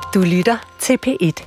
Du lytter til P1.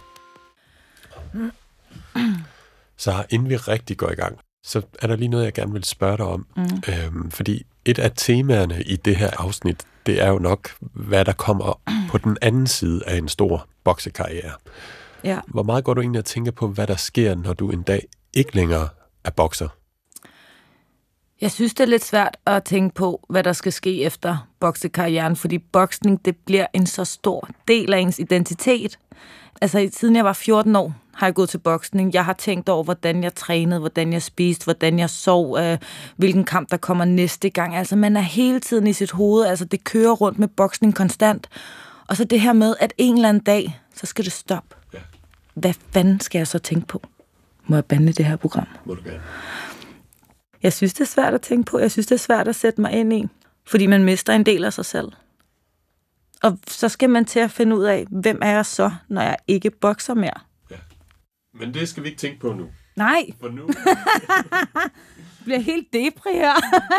Så inden vi rigtig går i gang, så er der lige noget, jeg gerne vil spørge dig om. Fordi et af temaerne i det her afsnit, det er jo nok, hvad der kommer på den anden side af en stor boksekarriere. Ja. Hvor meget går du egentlig at tænke på, hvad der sker, når du en dag ikke længere er bokser? Jeg synes, det er lidt svært at tænke på, hvad der skal ske efter boksekarrieren, fordi boksning, det bliver en så stor del af ens identitet. Altså, siden jeg var 14 år, har jeg gået til boksning. Jeg har tænkt over, hvordan jeg trænede, hvordan jeg spiste, hvordan jeg sov, hvilken kamp, der kommer næste gang. Altså, man er hele tiden i sit hoved. Altså, det kører rundt med boksning konstant. Og så det her med, at en eller anden dag, så skal det stoppe. Ja. Hvad fanden skal jeg så tænke på? Må jeg bande det her program? Må du gerne. Jeg synes, det er svært at tænke på. Jeg synes, det er svært at sætte mig ind i. Fordi man mister en del af sig selv. Og så skal man til at finde ud af, hvem er jeg så, når jeg ikke bokser mere? Ja. Men det skal vi ikke tænke på nu. Nej. For nu. Jeg bliver helt depri her.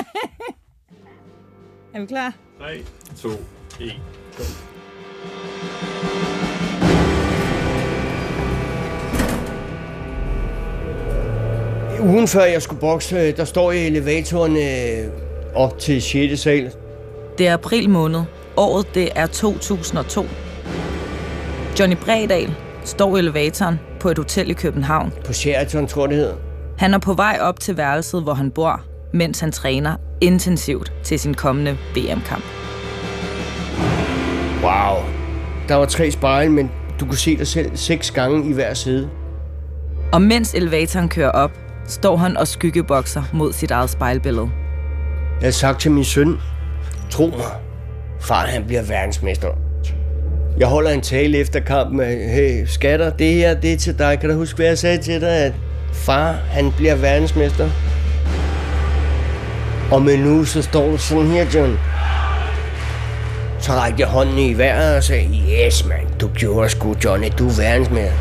Er vi klar? 3, 2, 1, go. Ugen før jeg skulle bokse, der står jeg i elevatoren op til 6. sal. Det er april måned. Året, det er 2002. Johnny Bredahl står i elevatoren på et hotel i København. På Sheraton, tror det hedder. Han er på vej op til værelset, hvor han bor, mens han træner intensivt til sin kommende VM-kamp. Wow. Der var 3 spejle, men du kunne se dig selv 6 gange i hver side. Og mens elevatoren kører op, står han og skyggebokser mod sit eget spejlbillede. Jeg havde sagt til min søn, tro mig, far han bliver verdensmester. Jeg holder en tale efter kampen. Hey skatter, det her, det er til dig. Kan du huske, hvad jeg sagde til dig, at far han bliver verdensmester? Og med nu så står du sådan her, John. Så rækte jeg hånden i vejret og sagde, yes man, du gjorde sgu, Johnny, du er verdensmester.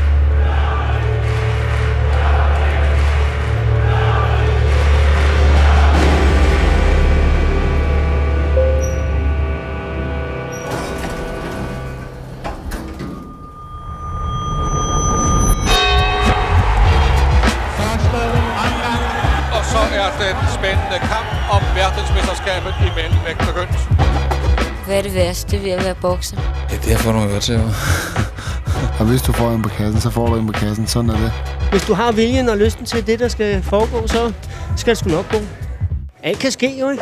Den spændende kamp om verdensmesterskabet i mellemvægt begyndt. Hvad er det værste ved at være bokser? Ja, det er at få nogle øretæver. Og hvis du får en på kassen, så får du en på kassen. Sådan er det. Hvis du har viljen og lysten til det, der skal foregå, så skal det sgu nok gå. Alt kan ske, jo ikke?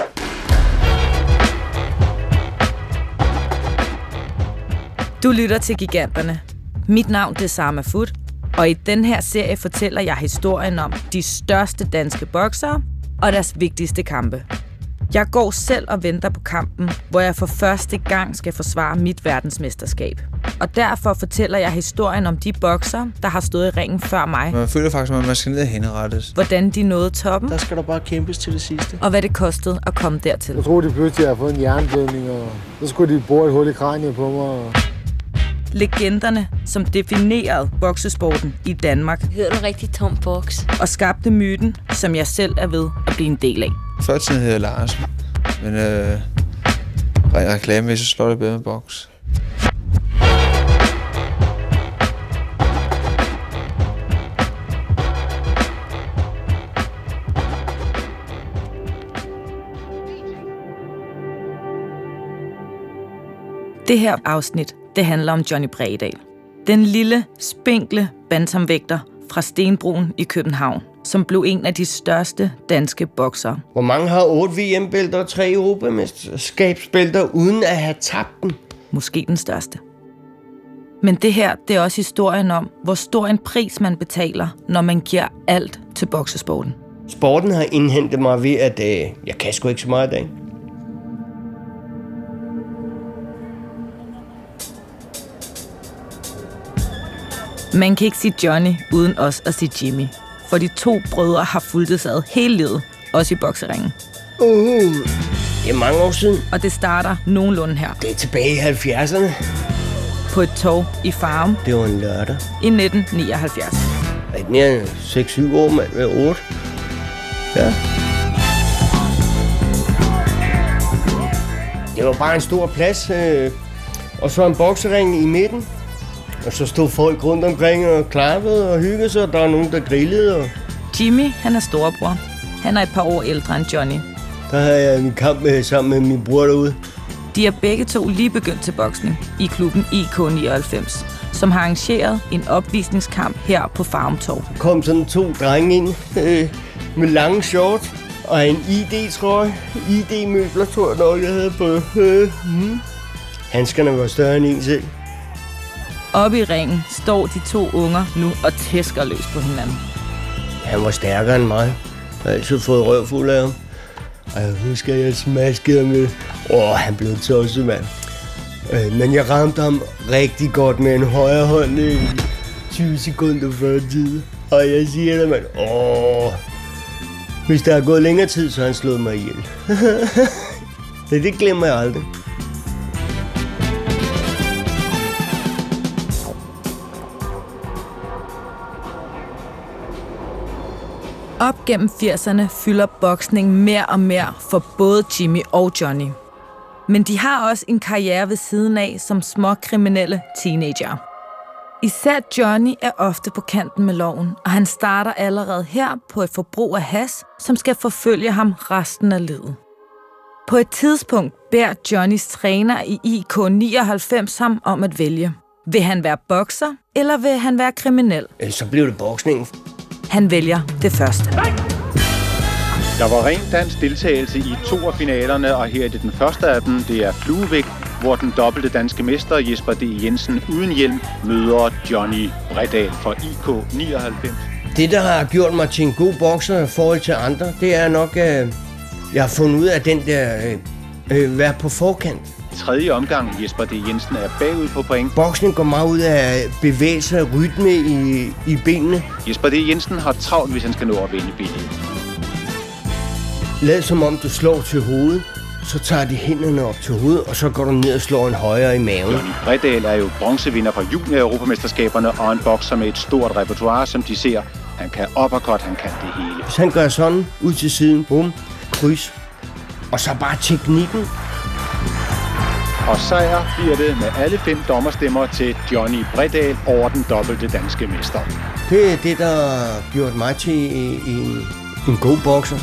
Du lytter til Giganterne. Mit navn det er Sarma Foot, og i den her serie fortæller jeg historien om de største danske boksere og deres vigtigste kampe. Jeg går selv og venter på kampen, hvor jeg for første gang skal forsvare mit verdensmesterskab. Og derfor fortæller jeg historien om de boksere, der har stået i ringen før mig. Man føler faktisk, at man skal ned og henrettes. Hvordan de nåede toppen. Der skal der bare kæmpes til det sidste. Og hvad det kostede at komme dertil. Jeg troede, de pludselig havde fået en hjerneblødning, og så skulle de bore et hul i kraniet på mig. Og legenderne, som definerede boksesporten i Danmark. Det hedder en rigtig tom boks. Og skabte myten, som jeg selv er ved at blive en del af. Før tiden hed jeg Lars, men reklamemæssigt slår det bedre med boks. Det her afsnit, det handler om Johnny Bredahl. Den lille, spinkle bantamvægter fra Stenbroen i København, som blev en af de største danske boksere. Hvor mange har 8 VM-bælter og 3 europamesterskabsbælter uden at have tabt den? Måske den største. Men det her, det er også historien om, hvor stor en pris man betaler, når man giver alt til boksesporten. Sporten har indhentet mig ved, at jeg kan sgu ikke så meget i dag. Man kan ikke sige Johnny uden også at sige Jimmy. For de 2 brødre har fulgtes ad hele livet, også i bokseringen. Det er mange år siden. Og det starter nogenlunde her. Det er tilbage i 70'erne. På et tog i Farum. Det var en lørdag. I 1979. Ikke mere 6-7 år, mand. Med 8. Ja. Det var bare en stor plads. Og så en boksering i midten. Og så stod folk rundt omkring og klappede og hyggede sig, og der var nogen, der grillede. Og... Jimmy, han er storebror. Han er et par år ældre end Johnny. Der havde jeg en kamp sammen med min bror derude. De er begge to lige begyndt til boksning i klubben IK99, som har arrangeret en opvisningskamp her på Farumtorv. Der kom sådan 2 drenge ind med lange shorts og en ID-trøje. ID-møbler, tror jeg nok, jeg havde på. Handskerne var større end en selv. Oppe i ringen står de 2 unger nu og tæsker løs på hinanden. Han var stærkere end mig. Jeg har altid fået røv fuld af ham. Og jeg husker, at jeg smaskede ham med. Han blev tosset, mand. Men jeg ramte ham rigtig godt med en højre hånd 20 sekunder før tid. Og jeg siger det, mand. Hvis der er gået længere tid, så har han slået mig ihjel. Det glemmer jeg aldrig. Op gennem 80'erne fylder boksning mere og mere for både Jimmy og Johnny. Men de har også en karriere ved siden af som småkriminelle teenager. Især Johnny er ofte på kanten med loven, og han starter allerede her på et forbrug af hash, som skal forfølge ham resten af livet. På et tidspunkt beder Johnnys træner i IK99 ham om at vælge. Vil han være bokser, eller vil han være kriminel? Så blev det boksning. Han vælger det første. Der var ren dansk deltagelse i 2 af finalerne, og her er det den første af dem. Det er fluevægt, hvor den dobbelte danske mester Jesper D. Jensen uden hjelm møder Johnny Bredahl fra IK99. Det, der har gjort mig til en god bokser i forhold til andre, det er nok, at jeg har fundet ud af den der være på forkant. 3. omgang, Jesper D. Jensen er bagud på point. Boksning går meget ud af bevægelse og rytme i benene. Jesper D. Jensen har travlt, hvis han skal nå at vinde billedet. Lad som om du slår til hovedet, så tager de hænderne op til hovedet, og så går du ned og slår en højre i maven. Johnny Bredahl er jo bronzevinder fra junior-europamesterskaberne og en bokser med et stort repertoire, som de ser. Han kan uppercut, han kan det hele. Hvis han gør sådan, ud til siden, bum, kryds, og så bare teknikken. Og sejr bliver det med alle 5 dommerstemmer til Johnny Bredahl over den dobbelte danske mester. Det er det, der har gjort mig til en god bokser.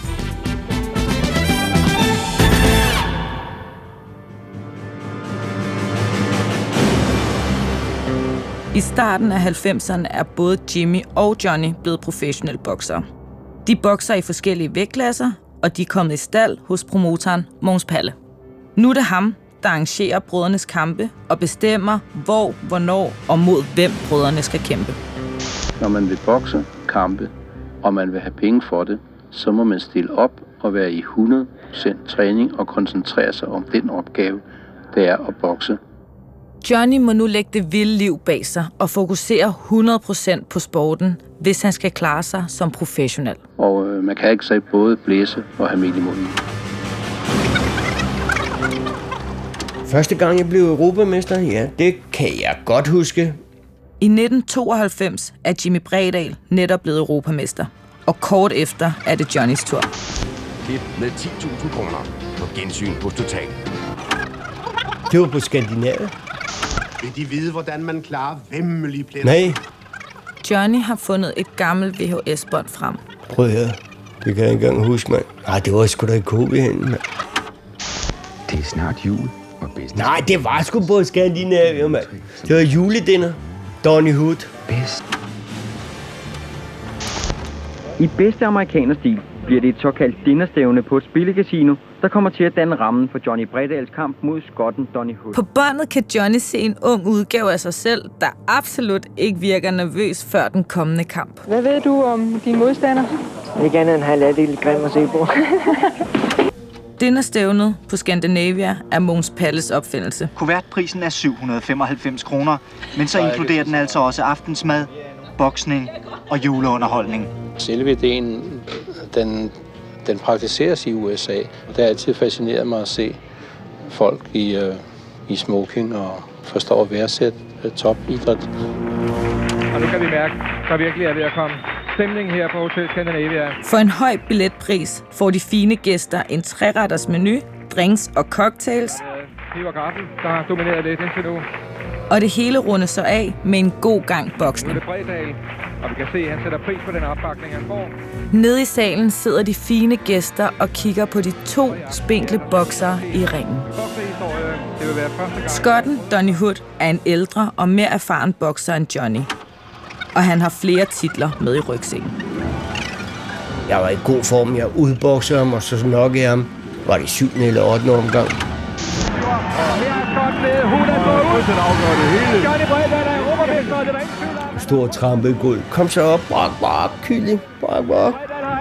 I starten af 90'erne er både Jimmy og Johnny blevet professionelle boksere. De bokser i forskellige vægtklasser, og de er kommet i stald hos promotoren Mogens Palle. Nu er det ham, der arrangerer brødrenes kampe og bestemmer, hvor, hvornår og mod hvem brødrene skal kæmpe. Når man vil bokse, kampe, og man vil have penge for det, så må man stille op og være i 100% træning og koncentrere sig om den opgave, det er at bokse. Johnny må nu lægge det vilde liv bag sig og fokusere 100% på sporten, hvis han skal klare sig som professionel. Og man kan ikke så både blæse og have mel i munden. Første gang jeg blev europamester, ja, det kan jeg godt huske. I 1992 er Jimmy Bredahl netop blevet europamester, og kort efter er det Johnnys tur. Tip med 10.000 kroner på gensyn hos Total. Det var på Skandinavien. Vil de vide, hvordan man klarer vemmelige pletter? Nej. Johnny har fundet et gammelt VHS-bånd frem. Prøv at høre. Det kan jeg ikke engang huske, mand. Nej, det var sgu da i Kobihænden, mand. Det er snart jul. Nej, det var sgu på Skandinavien, mand. Det var juledinner. Donny Hood. Bedst. I bedste amerikanerstil bliver det et såkaldt dinnerstævne på et spillecasino, der kommer til at danne rammen for Johnny Bredahls kamp mod skotten Donny Hood. På båndet kan Johnny se en ung udgave af sig selv, der absolut ikke virker nervøs før den kommende kamp. Hvad ved du om din modstander? Ikke andet end halvdelen grim at se på. Dinnerstævnet på Scandinavia er Mogens Palles opfindelse. Kuvertprisen er 795 kroner, men så inkluderer den altså også aftensmad, boksning og juleunderholdning. Selve ideen, den praktiseres i USA, og det har altid fascineret mig at se folk i smoking og forstår at værdsætte topidræt. Og nu kan vi mærke, der virkelig er ved at komme stemning her på Hotel Scandinavia. For en høj billetpris får de fine gæster en 3-retters menu, drinks og cocktails. Det var kaffen, der har domineret lidt indtil nu. Og det hele rundes så af med en god gang boksning. Nu er det Bredal, og vi kan se, at han sætter pris på den opbakning, han får. Nede i salen sidder de fine gæster og kigger på de 2 spinkle boksere i ringen. Det vil være første gang. Skotten Donny Hood er en ældre og mere erfaren bokser end Johnny. Og han har flere titler med i rygsækken. Jeg var i god form. Jeg udboksede ham, og så knockede jeg ham. Var det 7. eller 8. omgang. Stor trampe i gulv. Kom så op. Brak, kylling. Brak.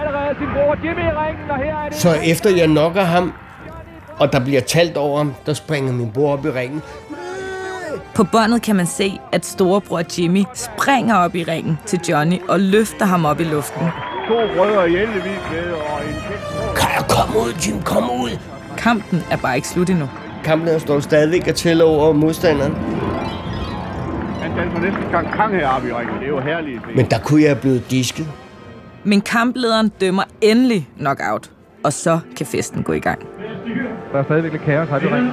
Så efter jeg knocker ham, og der bliver talt over ham, der springer min bror op i ringen. På båndet kan man se, at storebror Jimmy springer op i ringen til Johnny og løfter ham op i luften. 2 brødre i endevis med og en... Kan jeg komme ud, Jim? Kom ud! Kampen er bare ikke slut endnu. Kampen står stadigvæk og tæller over modstanderen. Han danser næsten kang heroppe i ringen. Det er jo herligt. Men der kunne jeg blive disket. Men kamplederen dømmer endelig knockout, og så kan festen gå i gang. Der er stadigvæk lidt kaos her i ringen.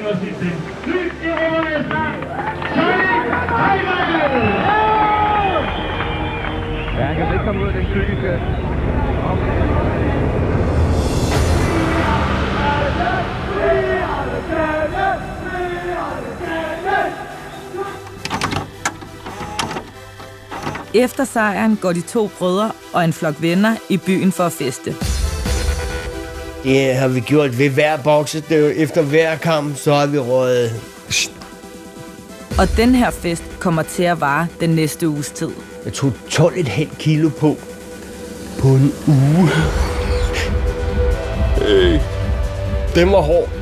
Ja, han kan ikke komme ud af den psykiske. Efter sejren går de 2 brødre og en flok venner i byen for at feste. Det har vi gjort ved hver bokse. Efter hver kamp, så har vi røget. Og den her fest kommer til at vare den næste uges tid. Jeg tog 12,5 kilo på en uge. Den var hård.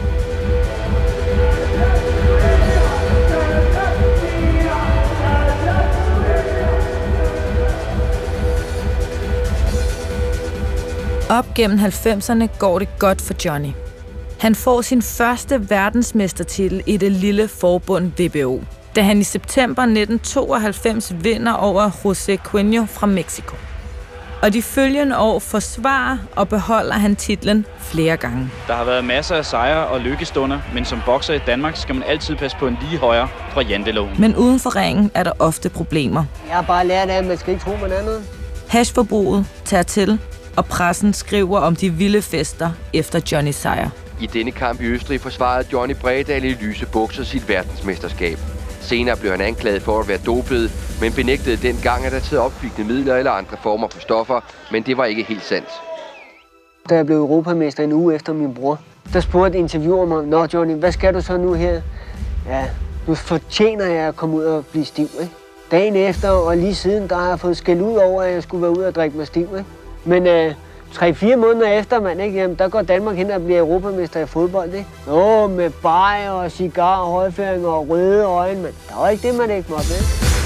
Op gennem 90'erne går det godt for Johnny. Han får sin første verdensmestertitel i det lille forbund WBO, da han i september 1992 vinder over José Cueño fra Mexico. Og de følgende år forsvarer og beholder han titlen flere gange. Der har været masser af sejre og lykkestunder, men som bokser i Danmark skal man altid passe på en lige højre fra janteloven. Men uden for ringen er der ofte problemer. Jeg har bare lært af, at man skal ikke tro, man er noget. Hashforbruget tager til, og pressen skriver om de vilde fester efter Johnnys sejr. I denne kamp i Østrig forsvarede Johnny Bredal i lyse bukser sit verdensmesterskab. Senere blev han anklaget for at være dopet, men benægtede dengang, at der taget opkvikkende midler eller andre former for stoffer, men det var ikke helt sandt. Da jeg blev europamester en uge efter min bror, der spurgte interviewer mig, "Nå Johnny, hvad skal du så nu her?" Ja, nu fortjener jeg at komme ud og blive stiv, ikke? Dagen efter og lige siden, der har jeg fået skæld ud over, at jeg skulle være ude og drikke mig stiv, ikke? Men 3-4 måneder efter, man, ikke? Jamen, der går Danmark hen og bliver europamester i fodbold, ikke? Med bajer og cigar og højføring og røde øjne, men der var ikke det, man ikke måtte, ikke?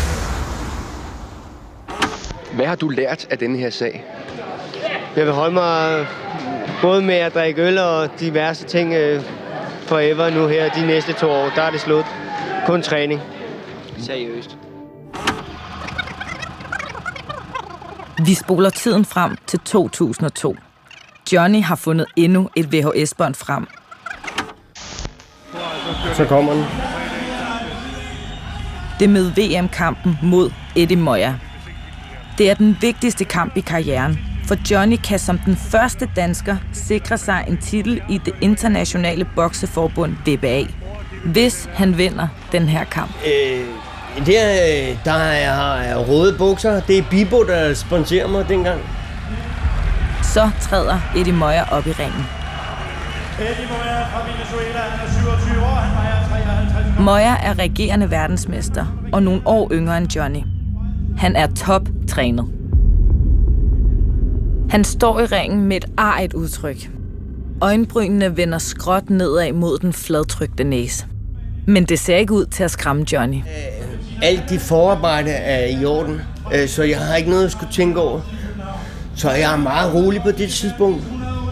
Hvad har du lært af denne her sag? Jeg vil holde mig både med at drikke øl og diverse ting forever nu her de næste 2 år. Der er det slut. Kun træning. Seriøst. Vi spoler tiden frem til 2002. Johnny har fundet endnu et VHS-bånd frem. Så kommer den. Det med VM-kampen mod Eddie Moya. Det er den vigtigste kamp i karrieren, for Johnny kan som den første dansker sikre sig en titel i det internationale bokseforbund WBA, hvis han vinder den her kamp. Der er røde bukser. Det er Bibo, der sponsorerer mig dengang. Så træder Eddie Moya op i ringen. Eddie Moya fra Venezuela, han er 27 år, han vejer 53. Moya er regerende verdensmester og nogle år yngre end Johnny. Han er toptrænet. Han står i ringen med et arigt udtryk. Øjenbrynene vender skråt nedad mod den fladtrykte næse. Men det ser ikke ud til at skræmme Johnny. Alt dit forarbejde er i orden, så jeg har ikke noget at skulle tænke over. Så jeg er meget rolig på det tidspunkt.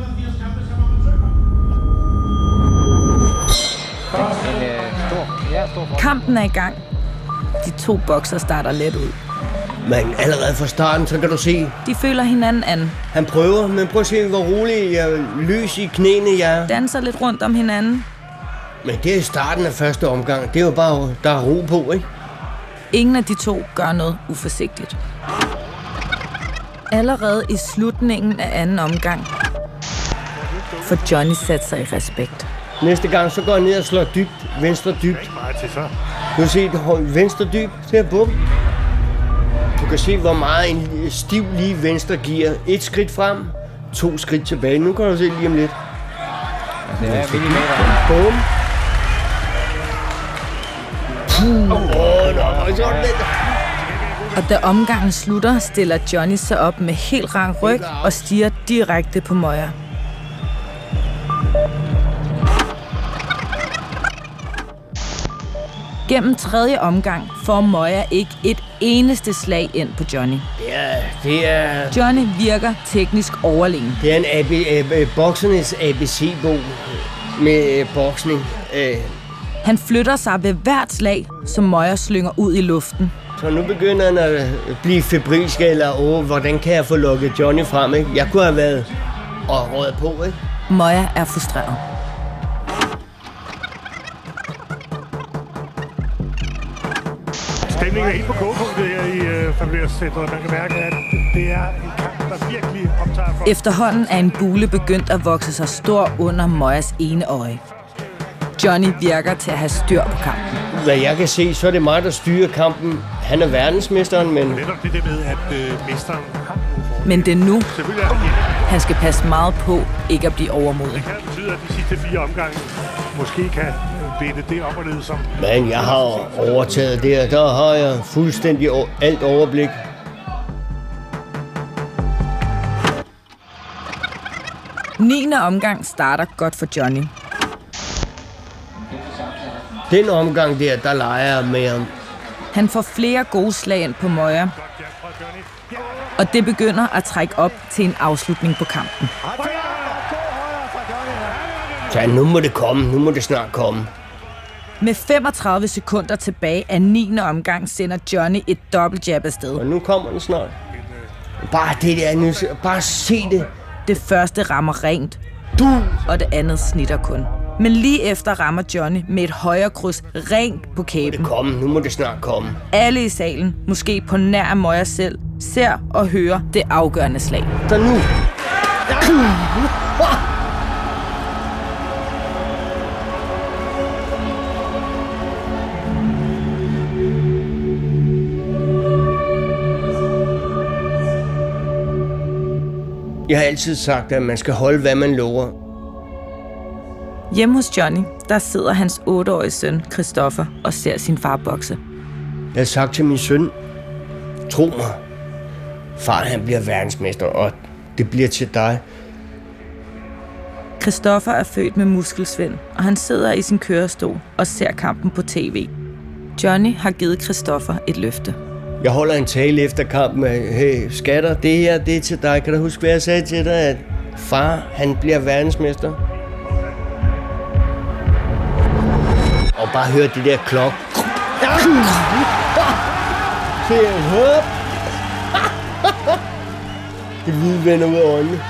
Kampen er i gang. De 2 bokser starter let ud. Men allerede fra starten, så kan du se... De føler hinanden an. Han prøver, men prøv at se, hvor rolig jeg løs i knæene jeg er. Danser lidt rundt om hinanden. Men det er i starten af første omgang. Det er jo bare, der er ro på, ikke? Ingen af de to gør noget uforsigtigt. Allerede i slutningen af anden omgang får Johnny sat sig i respekt. Næste gang, så går jeg ned og slår dybt. Venstre dybt. Du kan se venstre dybt. Her, bum. Du kan se, hvor meget en stiv lige venstre giver. 1 skridt frem, 2 skridt tilbage. Nu kan du se lige om lidt. Det er millimeter. Bum. Og da omgangen slutter, stiller Johnny sig op med helt rank ryg og stiger direkte på Moya. Gennem tredje omgang får Moya ikke et eneste slag ind på Johnny. Det er... Johnny virker teknisk overlegen. Det er en boksernes ABC-bog med boksning. Han flytter sig ved hvert slag, som Moya slynger ud i luften. Så nu begynder han at blive febrilsk, eller hvordan kan jeg få lukket Johnny frem, ikke? Jeg kunne have været og røget på, ikke? Moya er frustreret. Stemningen er helt på kogepunktet her i Fabulous-centret. Man kan mærke, at det er en kamp, der virkelig optager folk. Efterhånden er en bule begyndt at vokse sig stor under Moyas ene øje. Johnny virker til at have styr på kampen. Hvad jeg kan se, så er det mig, der styrer kampen. Han er verdensmesteren, men... Netop det med, at mesteren har... Men det er nu. Han skal passe meget på ikke at blive overmodig. Det kan betyde, at de sidste 4 omgange måske kan binde det op og ned som... Men jeg har overtaget det, der har jeg fuldstændig alt overblik. Niende omgang starter godt for Johnny. Den omgang der leger jeg med ham. Han får flere gode slag ind på Moya. Og det begynder at trække op til en afslutning på kampen. Så nu må det komme. Nu må det snart komme. Med 35 sekunder tilbage af 9. omgang sender Johnny et dobbeltjab afsted. Og nu kommer den snart. Bare det der nu. Bare se det. Det første rammer rent. Og det andet snitter kun. Men lige efter rammer Johnny med et højre kryds rent på kæben. Nu må det snart komme. Alle i salen, måske på nær af Moya selv, ser og hører det afgørende slag. Så nu. Jeg har altid sagt, at man skal holde, hvad man lover. Hjemme hos Johnny, der sidder hans 8-årige søn, Christoffer, og ser sin far bokse. Jeg har sagt til min søn, tro mig, far han bliver verdensmester, og det bliver til dig. Christoffer er født med muskelsvind, og han sidder i sin kørestol og ser kampen på tv. Johnny har givet Christoffer et løfte. Jeg holder en tale efter kampen med, hey skatter, det her, det er til dig. Kan du huske, hvad jeg sagde til dig, at far, han bliver verdensmester? Og bare høre det der klok. Det hvide vender ud af øjnene.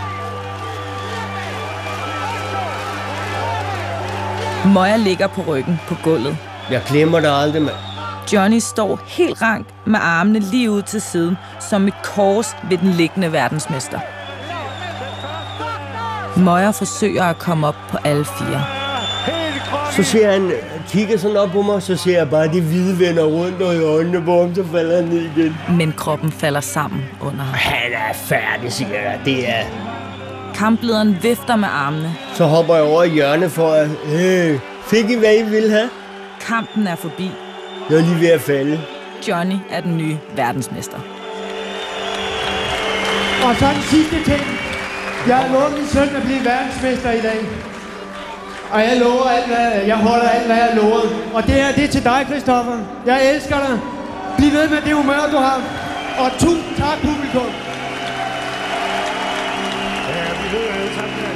Moya ligger på ryggen på gulvet. Jeg glemmer dig aldrig, mand. Johnny står helt rank med armene lige ud til siden, som et kors ved den liggende verdensmester. Moya forsøger at komme op på alle 4. Så ser han, kigger sådan op på mig, så ser jeg bare de hvide vender rundt og i øjnene på ham, så falder han ned igen. Men kroppen falder sammen under ham. Han er færdig, siger jeg. Det er... Kamplederen vifter med armene. Så hopper jeg over i hjørnet for at... Hey, fik I, hvad I ville have? Kampen er forbi. Jeg er lige ved at falde. Johnny er den nye verdensmester. Og så den sidste ting. Jeg har lovet min søn at blive verdensmester i dag. Og jeg lover alt, jeg holder alt, hvad jeg lover. Og det er til dig, Christoffer. Jeg elsker dig. Bliv ved med det humør, du har. Og tusind tak, publikum. Ja, vi ved alle sammen, at...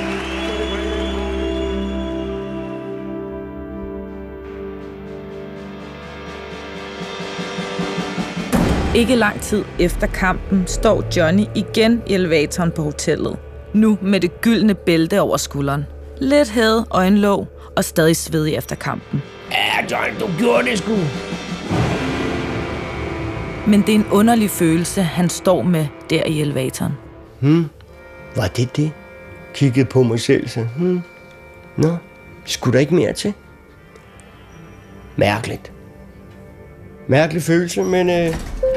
Ikke lang tid efter kampen står Johnny igen i elevatoren på hotellet. Nu med det gyldne bælte over skulderen. Lidt hævet øjenlåg og stadig svedig efter kampen. Ja, John, du gjorde det sgu. Men det er en underlig følelse, han står med der i elevatoren. Var det? Kiggede på mig selv, så Nå, skulle der ikke mere til? Mærkeligt. Mærkelig følelse, men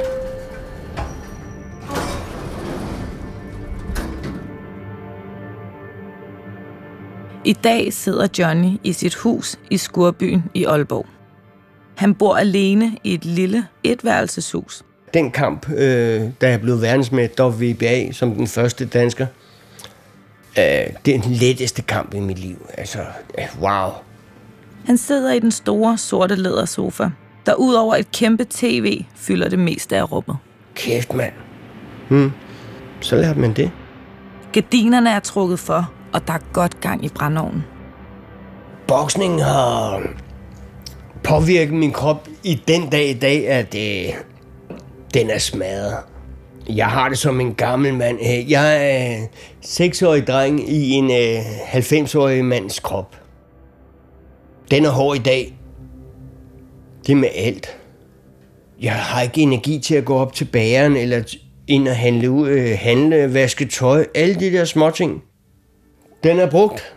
I dag sidder Johnny i sit hus i Skurbyen i Aalborg. Han bor alene i et lille etværelseshus. Den kamp, da jeg blev verdensmester WBA som den første dansker, det er den letteste kamp i mit liv. Altså, wow. Han sidder i den store, sorte lædersofa, der ud over et kæmpe tv fylder det meste af rummet. Kæft, mand. Så lærte man det. Gardinerne er trukket for, og der er godt gang i brændeovnen. Boksningen har påvirket min krop i den dag i dag, at den er smadret. Jeg har det som en gammel mand. Jeg er 6-årig dreng i en 90-årig mands krop. Den er hård i dag. Det med alt. Jeg har ikke energi til at gå op til bageren, eller ind og handle, vaske tøj, alle de der småting. Den er brugt.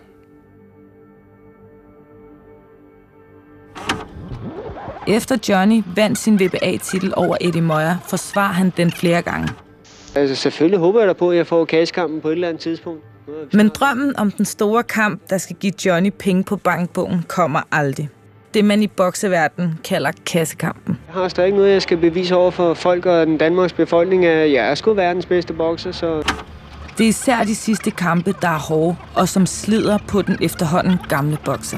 Efter Johnny vandt sin WBA-titel over Eddie Moyer, forsvarer han den flere gange. Altså selvfølgelig håber jeg da på, at jeg får kassekampen på et eller andet tidspunkt. Men drømmen om den store kamp, der skal give Johnny penge på bankbogen, kommer aldrig. Det man i bokseverdenen kalder kassekampen. Jeg har stadig noget, jeg skal bevise over for folk og den Danmarks befolkning, at jeg er sgu verdens bedste bokser, så... Det er især de sidste kampe, der er hårde, og som slider på den efterhånden gamle bokser.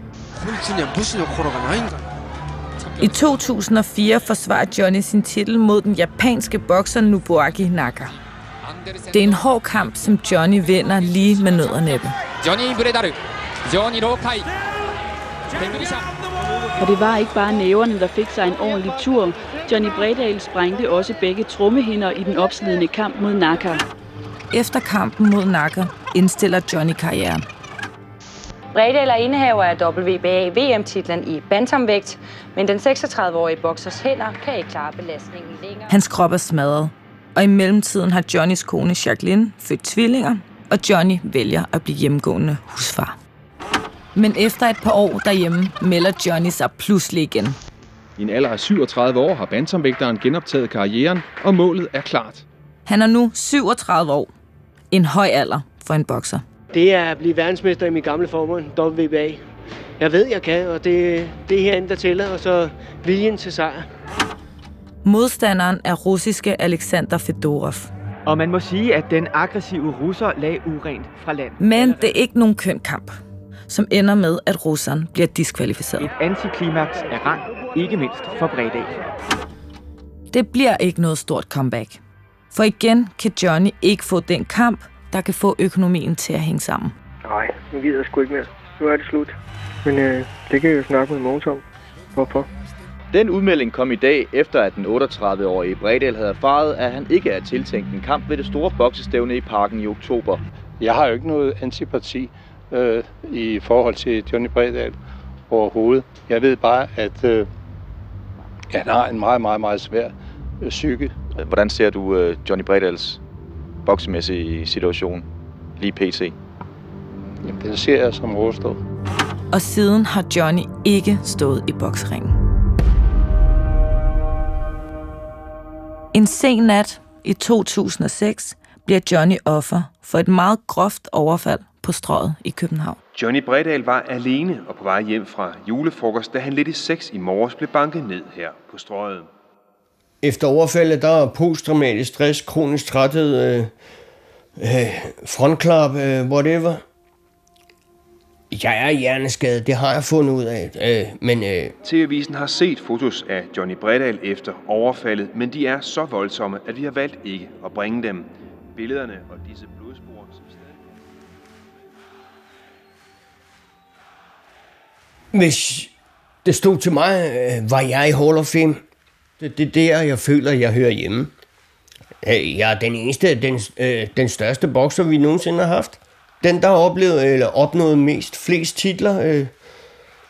I 2004 forsvarer Johnny sin titel mod den japanske bokser Nobuaki Naka. Det er en hård kamp, som Johnny vinder lige med nød og næppe. Og det var ikke bare næverne, der fik sig en ordentlig tur. Johnny Bredahl sprængte også begge trommehinder i den opslidende kamp mod Naka. Efter kampen mod Naka indstiller Johnny karrieren. Bredahl er indehaver af WBA VM-titlen i bantamvægt, men den 36-årige boksers hænder kan ikke klare belastningen længere. Hans krop er smadret, og i mellemtiden har Johnnys kone Jacqueline født tvillinger, og Johnny vælger at blive hjemmegående husfar. Men efter et par år derhjemme melder Johnny sig pludselig igen. I en alder af 37 år har bantamvægteren genoptaget karrieren, og målet er klart. Han er nu 37 år. En høj alder for en bokser. Det er at blive verdensmester i mit gamle forbund, WBA. Jeg ved, jeg kan, og det er herinde, der tæller, og så viljen til sejr. Modstanderen er russiske Alexander Fedorov. Og man må sige, at den aggressive russer lagde urent fra land. Men det er ikke nogen køn kamp, som ender med, at russeren bliver diskvalificeret. Et antiklimaks af rang, ikke mindst for Bredahl. Det bliver ikke noget stort comeback. For igen kan Johnny ikke få den kamp, der kan få økonomien til at hænge sammen. Nej, nu gider jeg sgu ikke mere. Nu er det slut. Men det kan jeg jo snakke med Mogens om. Hvorfor? Den udmelding kom i dag, efter at den 38-årige Bredahl havde erfaret, at han ikke er tiltænkt en kamp ved det store boksestævne i Parken i oktober. Jeg har jo ikke noget antipati i forhold til Johnny Bredahl overhovedet. Jeg ved bare, at han har en meget, meget, meget svær psyke. Hvordan ser du Johnny Bredahls boksemæssige situation lige pt? Jamen, det ser jeg som overstået. Og siden har Johnny ikke stået i bokseringen. En sen nat i 2006 bliver Johnny offer for et meget groft overfald på Strøget i København. Johnny Bredahl var alene og på vej hjem fra julefrokost, da han lidt i 6 i morges blev banket ned her på Strøget. Efter overfaldet, der er posttraumatisk stress, kronisk træthed, frontklap, whatever. Jeg er hjerneskadet, det har jeg fundet ud af, men... TV-avisen har set fotos af Johnny Bredahl efter overfaldet, men de er så voldsomme, at vi har valgt ikke at bringe dem. Billederne og disse blodspor, som stadig... Hvis det stod til mig, var jeg i Hall of Fame. Det er der, jeg føler, jeg hører hjemme. Jeg er den eneste, den største bokser, vi nogensinde har haft. Den, der har oplevet eller opnået flest titler.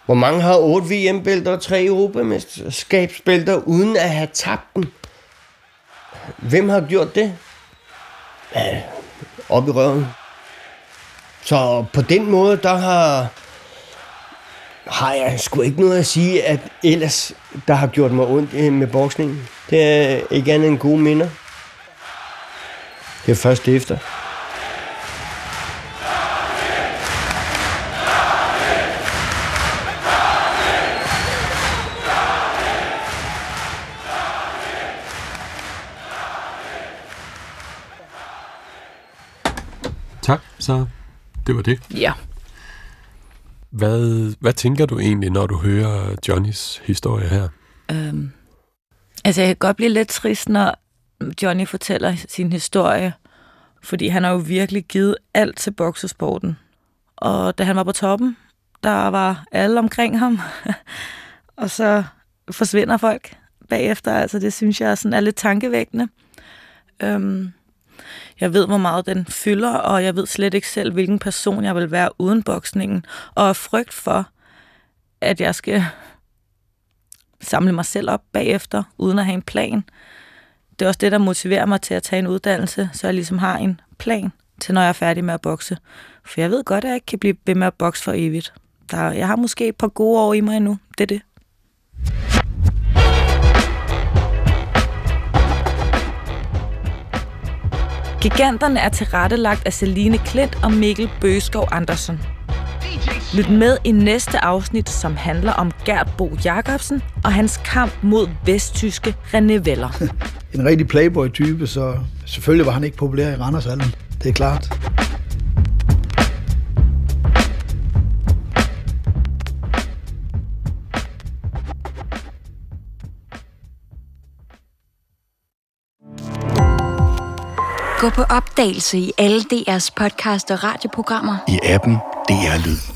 Hvor mange har 8 VM-bælter og 3 europamesterskabsbælter uden at have tabt den? Hvem har gjort det? Op i røven. Så på den måde, der har jeg sgu ikke noget at sige, at ellers, der har gjort mig ondt med boksningen. Det er ikke andet end gode minder. Det er først efter. Tak, så det var det. Ja. Hvad tænker du egentlig, når du hører Johnnys historie her? Altså, jeg kan godt blive lidt trist, når Johnny fortæller sin historie, fordi han har jo virkelig givet alt til boksesporten. Og da han var på toppen, der var alle omkring ham, og så forsvinder folk bagefter. Altså, det synes jeg sådan er lidt tankevækkende. Jeg ved, hvor meget den fylder, og jeg ved slet ikke selv, hvilken person jeg vil være uden boksningen. Og er frygt for, at jeg skal samle mig selv op bagefter, uden at have en plan. Det er også det, der motiverer mig til at tage en uddannelse, så jeg ligesom har en plan til, når jeg er færdig med at bokse. For jeg ved godt, at jeg ikke kan blive ved med at bokse for evigt. Jeg har måske et par gode år i mig endnu. Det er det. Giganterne er tilrettelagt af Celine Klint og Mikkel Bøgeskov Andersen. Lyt med i næste afsnit, som handler om Gert Bo Jacobsen og hans kamp mod vesttyske René Weller. En rigtig playboy-type, så selvfølgelig var han ikke populær i Randershallen. Det er klart. Gå på opdagelse i alle DR's podcast og radioprogrammer. I appen DR Lyd.